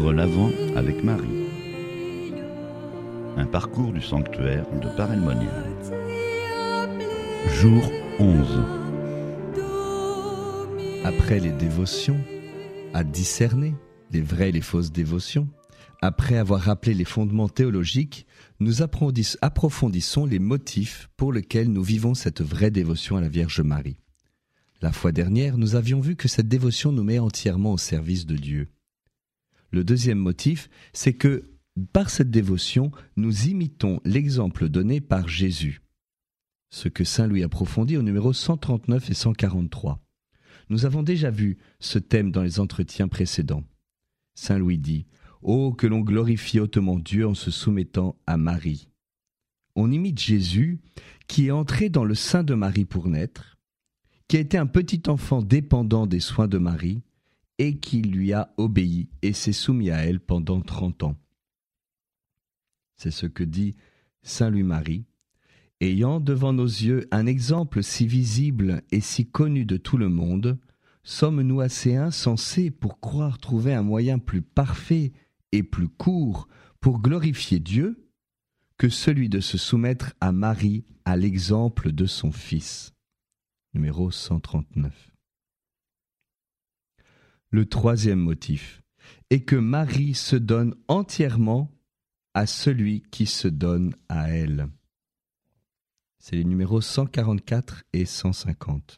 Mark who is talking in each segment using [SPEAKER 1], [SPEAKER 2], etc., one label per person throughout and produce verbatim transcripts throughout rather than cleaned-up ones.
[SPEAKER 1] Vivre l'Avent avec Marie. Un parcours du sanctuaire de Paray-le-Monial. Jour onze.
[SPEAKER 2] Après les dévotions, à discerner les vraies et les fausses dévotions, après avoir rappelé les fondements théologiques, nous approfondissons les motifs pour lesquels nous vivons cette vraie dévotion à la Vierge Marie. La fois dernière, nous avions vu que cette dévotion nous met entièrement au service de Dieu. Le deuxième motif, c'est que, par cette dévotion, nous imitons l'exemple donné par Jésus. Ce que Saint Louis approfondit au numéro cent trente-neuf et cent quarante-trois. Nous avons déjà vu ce thème dans les entretiens précédents. Saint Louis dit « Oh, que l'on glorifie hautement Dieu en se soumettant à Marie ». On imite Jésus qui est entré dans le sein de Marie pour naître, qui a été un petit enfant dépendant des soins de Marie et qui lui a obéi et s'est soumis à elle pendant trente ans. C'est ce que dit Saint Louis-Marie. Ayant devant nos yeux un exemple si visible et si connu de tout le monde, sommes-nous assez insensés pour croire trouver un moyen plus parfait et plus court pour glorifier Dieu que celui de se soumettre à Marie à l'exemple de son Fils. Numéro cent trente-neuf. Le troisième motif est que Marie se donne entièrement à celui qui se donne à elle. C'est les numéros cent quarante-quatre et cent cinquante.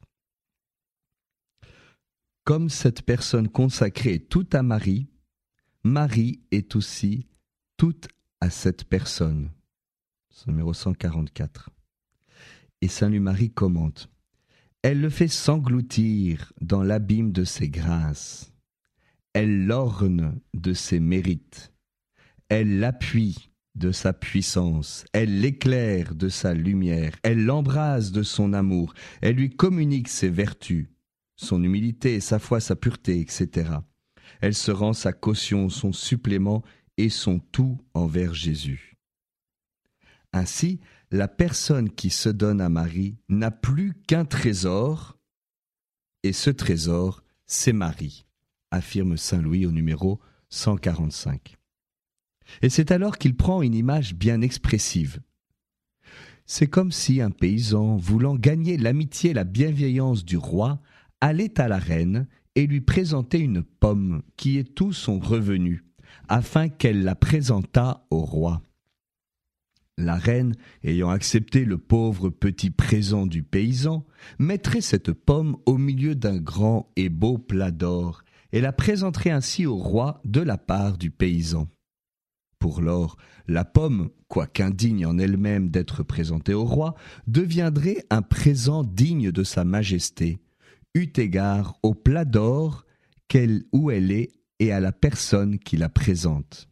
[SPEAKER 2] Comme cette personne consacrée est toute à Marie, Marie est aussi toute à cette personne. C'est le numéro cent quarante-quatre. Et Saint Louis-Marie commente. Elle le fait s'engloutir dans l'abîme de ses grâces. Elle l'orne de ses mérites. Elle l'appuie de sa puissance. Elle l'éclaire de sa lumière. Elle l'embrase de son amour. Elle lui communique ses vertus, son humilité, sa foi, sa pureté, et cetera. Elle se rend sa caution, son supplément et son tout envers Jésus. Ainsi, la personne qui se donne à Marie n'a plus qu'un trésor, et ce trésor, c'est Marie, affirme Saint Louis au numéro cent quarante-cinq. Et c'est alors qu'il prend une image bien expressive. C'est comme si un paysan, voulant gagner l'amitié et la bienveillance du roi, allait à la reine et lui présentait une pomme qui est tout son revenu, afin qu'elle la présentât au roi. La reine, ayant accepté le pauvre petit présent du paysan, mettrait cette pomme au milieu d'un grand et beau plat d'or et la présenterait ainsi au roi de la part du paysan. Pour lors, la pomme, quoiqu'indigne en elle-même d'être présentée au roi, deviendrait un présent digne de sa majesté, eu égard au plat d'or qu'elle, où elle est et à la personne qui la présente.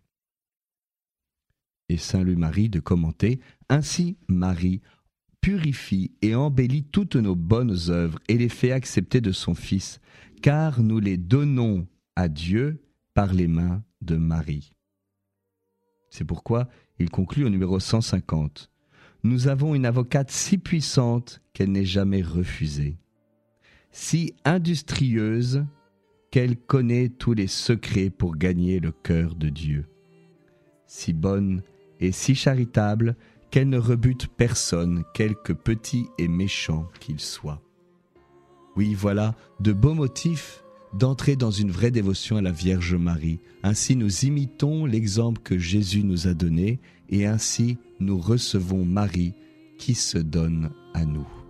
[SPEAKER 2] Et Saint Louis-Marie de commenter « Ainsi Marie purifie et embellit toutes nos bonnes œuvres et les fait accepter de son Fils, car nous les donnons à Dieu par les mains de Marie. » C'est pourquoi il conclut au numéro cent cinquante. « Nous avons une avocate si puissante qu'elle n'est jamais refusée, si industrieuse qu'elle connaît tous les secrets pour gagner le cœur de Dieu, si bonne et si charitable qu'elle ne rebute personne, quelque petit et méchant qu'il soit. » Oui, voilà de beaux motifs d'entrer dans une vraie dévotion à la Vierge Marie. Ainsi nous imitons l'exemple que Jésus nous a donné et ainsi nous recevons Marie qui se donne à nous.